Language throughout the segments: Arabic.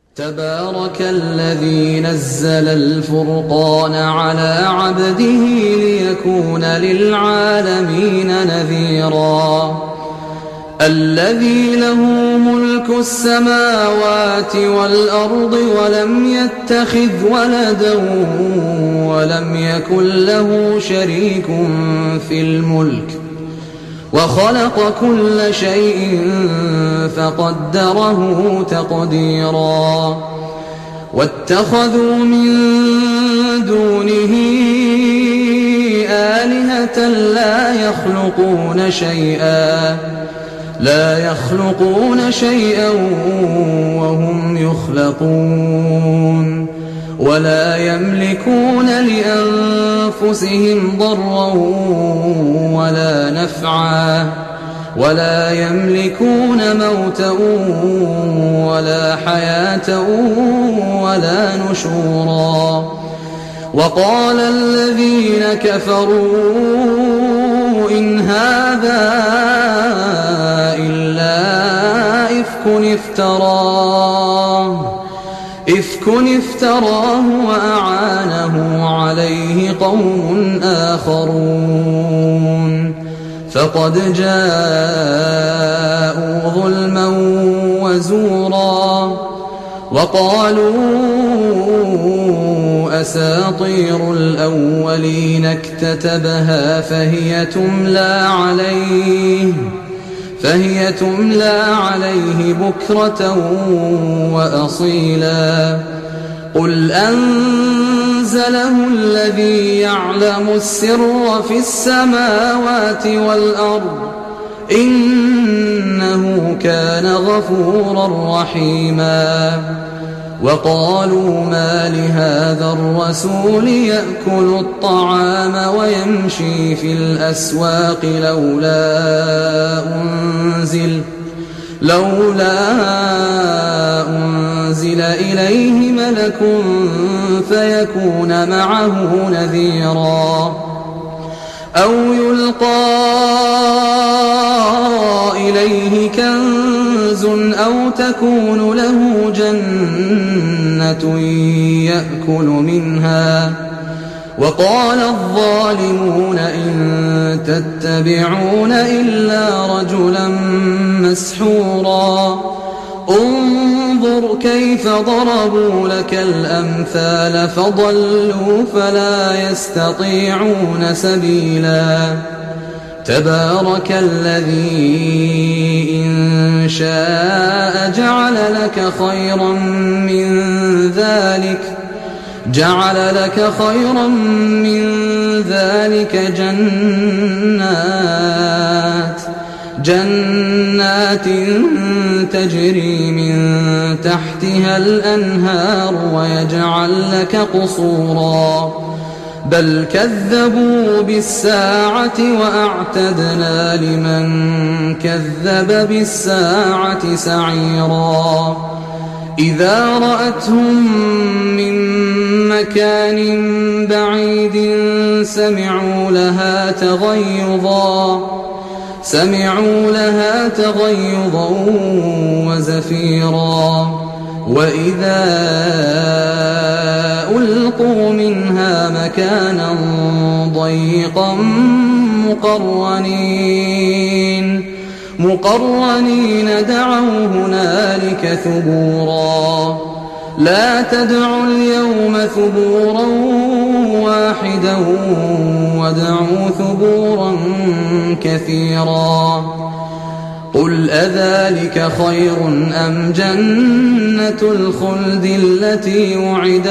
تبارك الذي نزل الفرقان على عبده ليكون للعالمين نذيرا الذي له ملك السماوات والأرض ولم يتخذ ولدا ولم يكن له شريك في الملك وخلق كل شيء فقدره تقديرا واتخذوا من دونه آلهة لا يخلقون شيئا وهم يخلقون ولا يملكون لأنفسهم ضرا ولا نفعا ولا يملكون موتا ولا حياة ولا نشورا وقال الذين كفروا إن هذا إلا إفك افتراه وأعانه عليه قوم آخرون فقد جاءوا ظلما وزورا وقالوا أساطير الأولين اكتتبها فهي تملى عليه بكرة وأصيلا قل أنزله الذي يعلم السر في السماوات والأرض إنه كان غفورا رحيما وقالوا ما لهذا الرسول يأكل الطعام ويمشي في الأسواق لولا أنزل إليه ملك فيكون معه نذيرا أو يلقى إليه كنز أو تكون له جنة يأكل منها وقال الظالمون إن تتبعون إلا رجلا مسحورا انظر كيف ضربوا لك الأمثال فضلوا فلا يستطيعون سبيلا تبارك الذي إن شاء جعل لك خيرا من ذلك جنات تجري من تحتها الأنهار ويجعل لك قصورا بل كذبوا بالساعة وأعتدنا لمن كذب بالساعة سعيرا إذا رأتهم من مكان بعيد سمعوا لها تغيظا وزفيرا وإذا ألقوا منها مكانا ضيقا مقرنين دعوا هنالك ثبورا لا تدعوا اليوم ثبورا واحدا وادعوا ثبورا كثيرا قل أذلك خير أم جنة الخلد التي وعد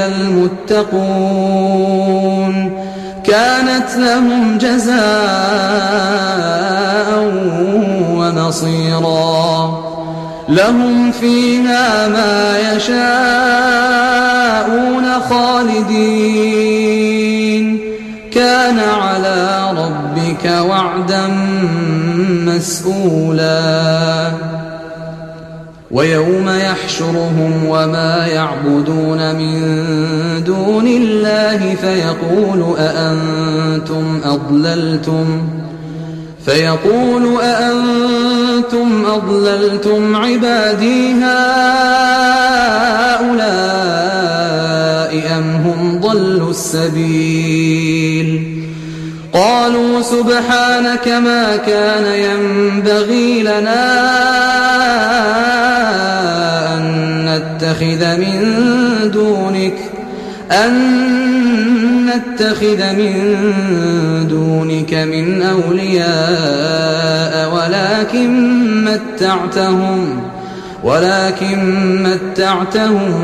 المتقون كانت لهم جزاء ومصيرا لهم فيها ما يشاءون خالدين كان على ربك وعدا مسئولا ويوم يحشرهم وما يعبدون من دون الله فيقول أأنتم أضللتم عبادي هؤلاء السبيل. قالوا سبحانك ما كان ينبغي لنا أن نتخذ من دونك من أولياء ولكن متعتهم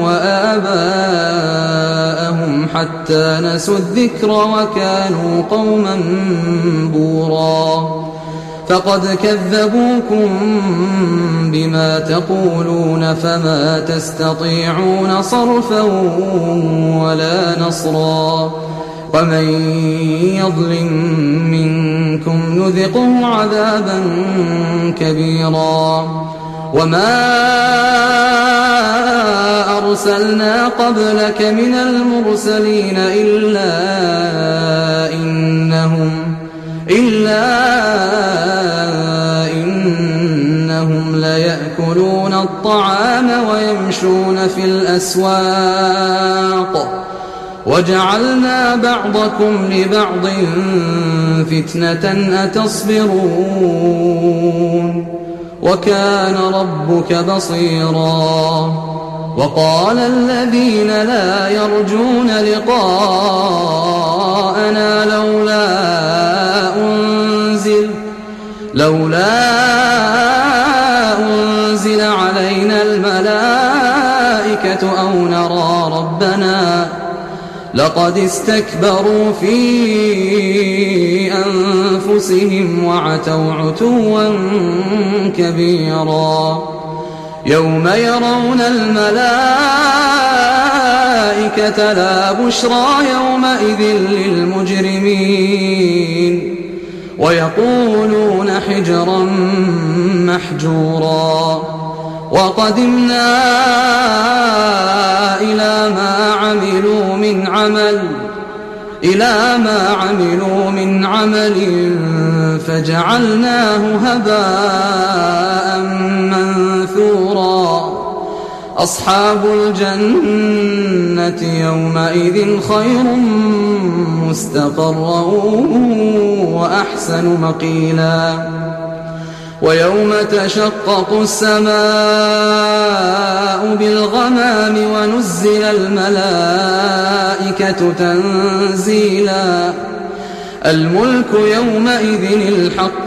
وآباءهم حتى نسوا الذكر وكانوا قوما بورا. فقد كذبوكم بما تقولون فما تستطيعون صرفا ولا نصرا. ومن يظلم منكم نذقه عذابا كبيرا. وما أرسلنا قبلك من المرسلين إلا إنهم ليأكلون الطعام ويمشون في الأسواق وجعلنا بعضكم لبعض فتنة أتصبرون وكان ربك بصيرا. وقال الذين لا يرجون لقاءنا لولا أنزل علينا الملائكة أو نرى ربنا لقد استكبروا في أنفسهم وعتوا عتوا كبيرا. يوم يرون الملائكة لا بشرى يومئذ للمجرمين ويقولون حجرا محجورا. وقدمنا إلى ما عملوا من عمل فجعلناه هباء منثورا. أصحاب الجنة يومئذ خير مستقرا وأحسن مقيلا. ويوم تشقق السماء بالغمام ونزل الملائكة تنزيلا. الملك يومئذ الحق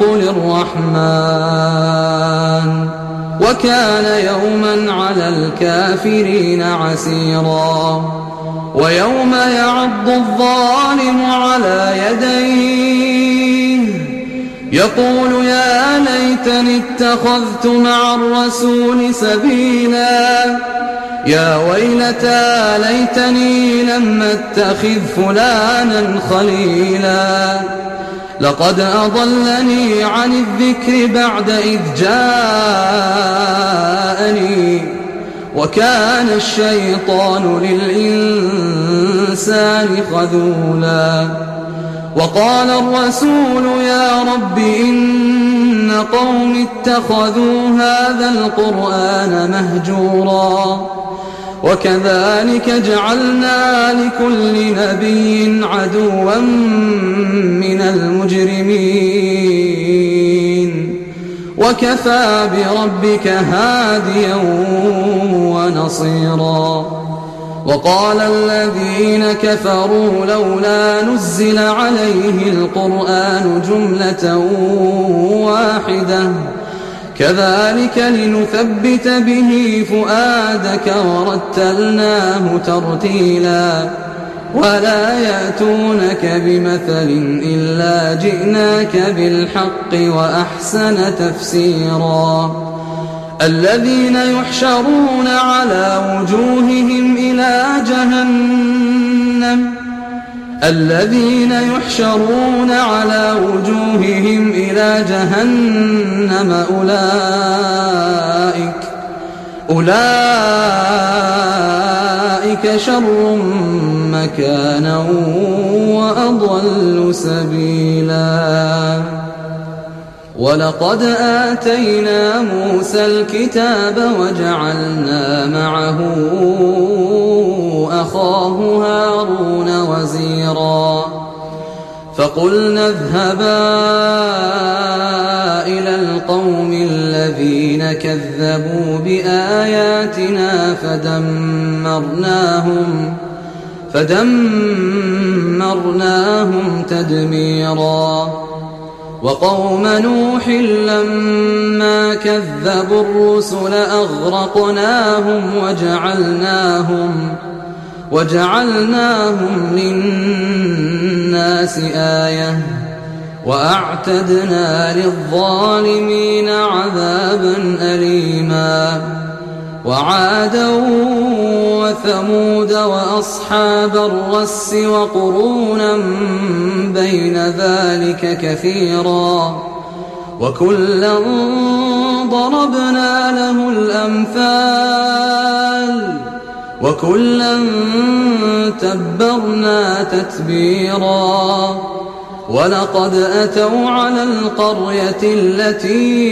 للرحمن وكان يوما على الكافرين عسيرا. ويوم يعض الظالم على يديه يقول يا ليتني اتخذت مع الرسول سبيلا. يا ويلتى ليتني لم اتخذ فلانا خليلا. لقد أضلني عن الذكر بعد إذ جاءني وكان الشيطان للإنسان خذولا. وقال الرسول يا رب إن قوم اتخذوا هذا القرآن مهجورا. وكذلك جعلنا لكل نبي عدوا من المجرمين وكفى بربك هاديا ونصيرا. وقال الذين كفروا لولا نزل عليه القرآن جملة واحدة كذلك لنثبت به فؤادك ورتلناه ترتيلا. ولا يأتونك بمثل إلا جئناك بالحق وأحسن تفسيرا. الذين يحشرون على وجوههم إلى جهنم أولئك شر مكانا وأضل سبيلا. ولقد آتينا موسى الكتاب وجعلنا معه أخاه هارون وزيرا. فقلنا اذهبا إلى القوم الذين كذبوا بآياتنا فدمرناهم تدميرا وقوم نوح لما كذبوا الرسل أغرقناهم وجعلناهم للناس آية وأعتدنا للظالمين عذابا أليما وعادا وثمود وأصحاب الرس وقرونا بين ذلك كثيرا وكلا ضربنا له الأمثال وكلا تبرنا تتبيرا ولقد أتوا على القرية التي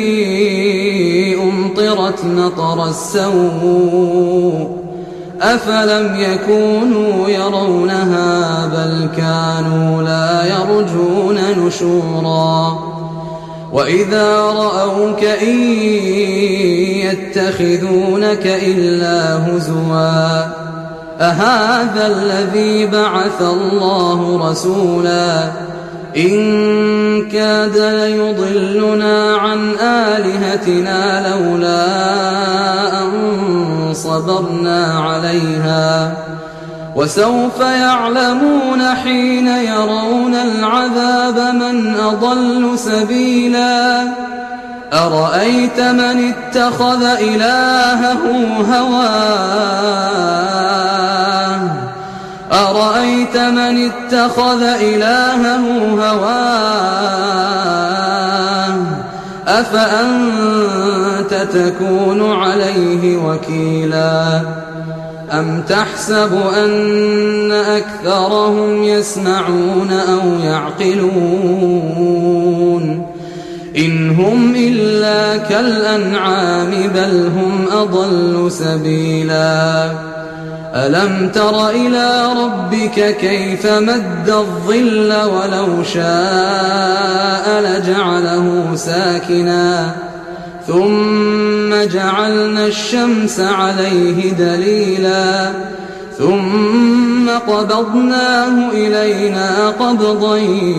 أمطرت مطر السوء أفلم يكونوا يرونها بل كانوا لا يرجون نشورا وإذا رأوك إن يتخذونك إلا هزوا أهذا الذي بعث الله رسولا إن كاد ليضلنا عن آلهتنا لولا أن صبرنا عليها وسوف يعلمون حين يرون العذاب من أضل سبيلا أرأيت من اتخذ إلهه هواه أفأنت تكون عليه وكيلا أم تحسب أن أكثرهم يسمعون أو يعقلون إن هم إلا كالأنعام بل هم أضل سبيلا ألم تر إلى ربك كيف مد الظل ولو شاء لجعله ساكنا ثم جعلنا الشمس عليه دليلا ثم قبضناه إلينا قبضا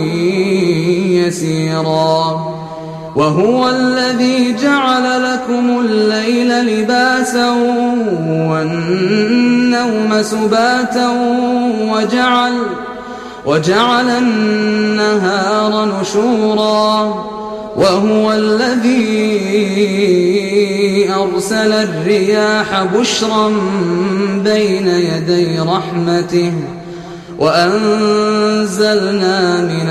يسيرا وهو الذي جعل لكم الليل لباسا والنوم سباتا وجعل النهار نشورا وهو الذي أرسل الرياح بشرا بين يدي رحمته وأنزلنا من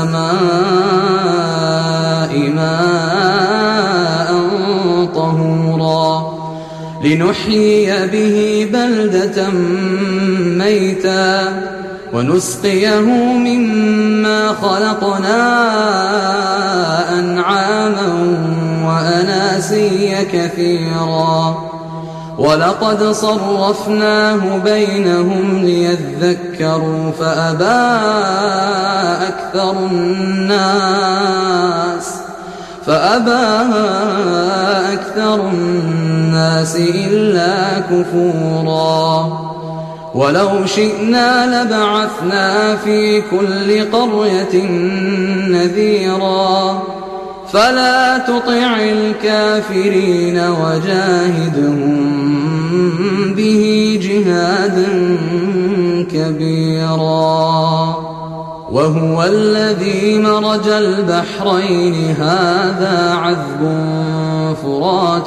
السماء ماء طهورا لنحيي به بلدة ميتا ونسقيه مما خلقنا أنعاما وأناسيا كثيرا ولقد صرفناه بينهم ليذكروا فأبى أكثر الناس إلا كفورا ولو شئنا لبعثنا في كل قرية نذيرا فلا تطع الكافرين وجاهدهم به جهادا كبيرا وهو الذي مرج البحرين هذا عذب فرات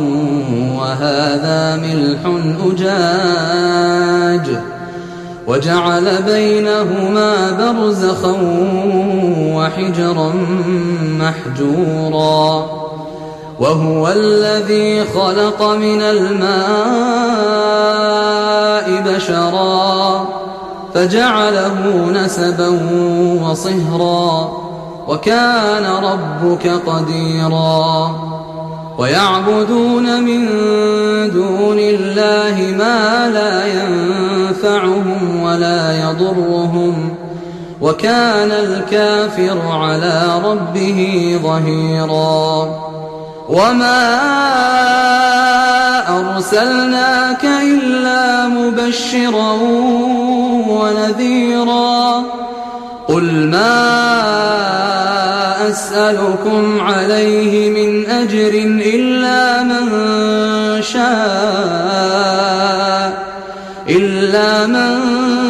وهذا ملح أجاج وجعل بينهما برزخا وحجرا محجورا وهو الذي خلق من الماء بشرا فجعله نسبا وصهرا وكان ربك قديرا ويعبدون من دون الله ما لا ينفعهم ولا يضرهم وكان الكافر على ربه ظهيرا. وما أرسلناك إلا مبشرا ونذيرا. قل ما أسألكم عليه من أجر إلا من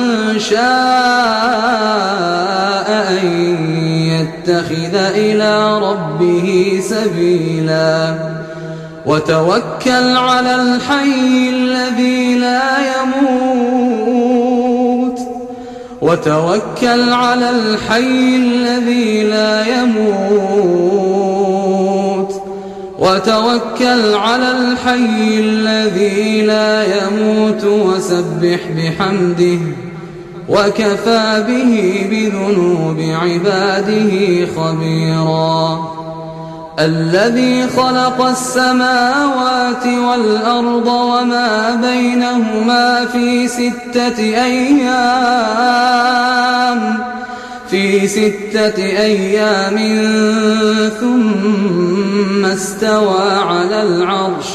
شاء أن يتخذ إلى ربه سبيلا. وتوكل على الحي الذي لا يموت وسبح بحمده وكفى به بذنوب عباده خبيرا. الذي خلق السماوات والأرض وما بينهما في 6 أيام ثم استوى على العرش.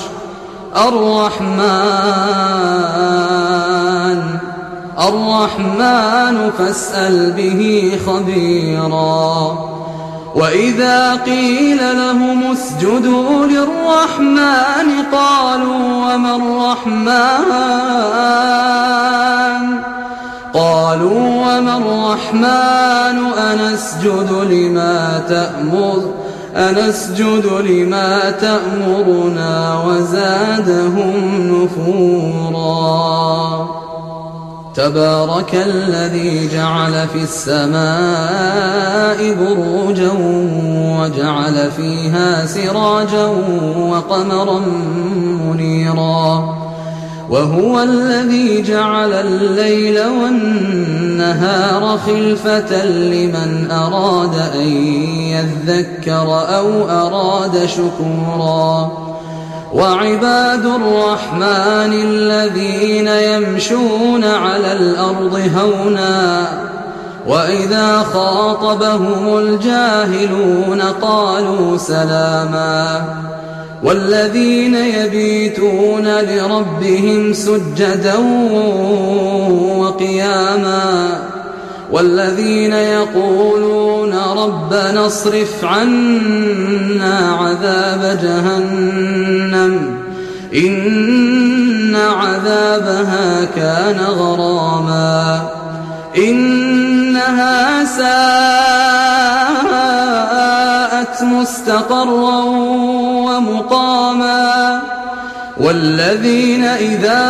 الرحمن فاسأل به خبيرا. وإذا قيل لهم اسجدوا للرحمن قالوا وما الرحمن أنسجد لما تأمرنا وزادهم نفورا. تبارك الذي جعل في السماء بروجا وجعل فيها سراجا وقمرا منيرا. وهو الذي جعل الليل والنهار خلفة لمن أراد أن يذكر أو أراد شكورا. وعباد الرحمن الذين يمشون على الأرض هونا وإذا خاطبهم الجاهلون قالوا سلاما. والذين يبيتون لربهم سجدا وقياما. والذين يقولون ربنا اصرف عنا عذاب جهنم إن عذابها كان غراما إنها ساءت مستقرا ومقاما. والذين إذا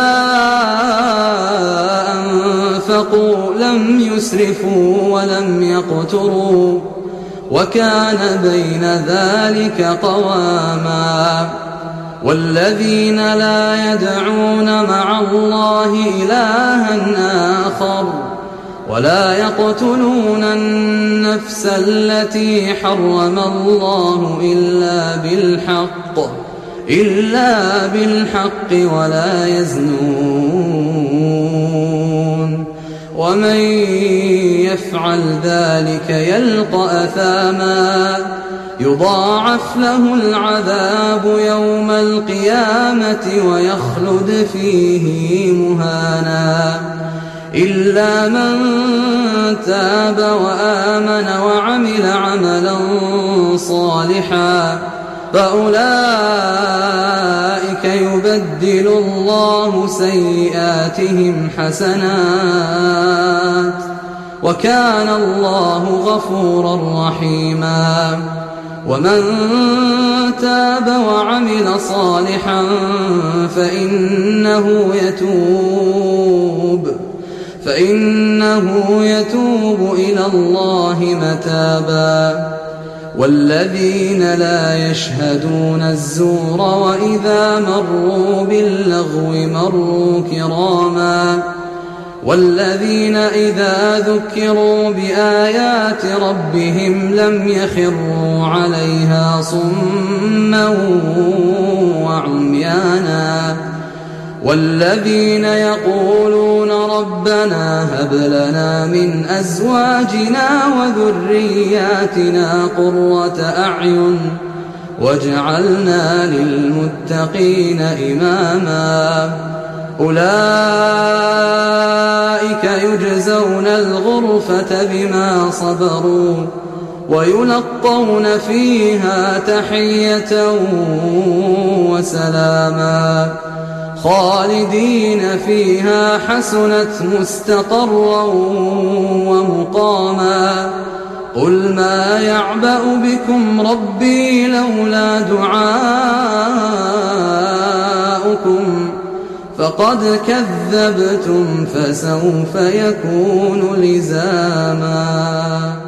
أنفقوا لم يسرفوا ولم يقتروا وكان بين ذلك قواما. والذين لا يدعون مع الله إلها آخر ولا يقتلون النفس التي حرم الله إلا بالحق ولا يزنون. ومن يفعل ذلك يلقى أثاما يضاعف له العذاب يوم القيامة ويخلد فيه مهانا إلا من تاب وآمن وعمل عملا صالحا فأولئك يبدل الله سيئاتهم حسنات وكان الله غفورا رحيما. ومن تاب وعمل صالحا فإنه يتوب إلى الله متابا. والذين لا يشهدون الزور وإذا مروا باللغو مروا كراما. والذين إذا ذكروا بآيات ربهم لم يخروا عليها صما وعميانا والذين يقولون ربنا هب لنا من أزواجنا وذرياتنا قرة أعين واجعلنا للمتقين إماما أولئك يجزون الغرفة بما صبروا ويلقون فيها تحية وسلاما خالدين فيها حسنت مستقرا ومقاما قل ما يعبأ بكم ربي لولا دعاؤكم فقد كذبتم فسوف يكون لزاما.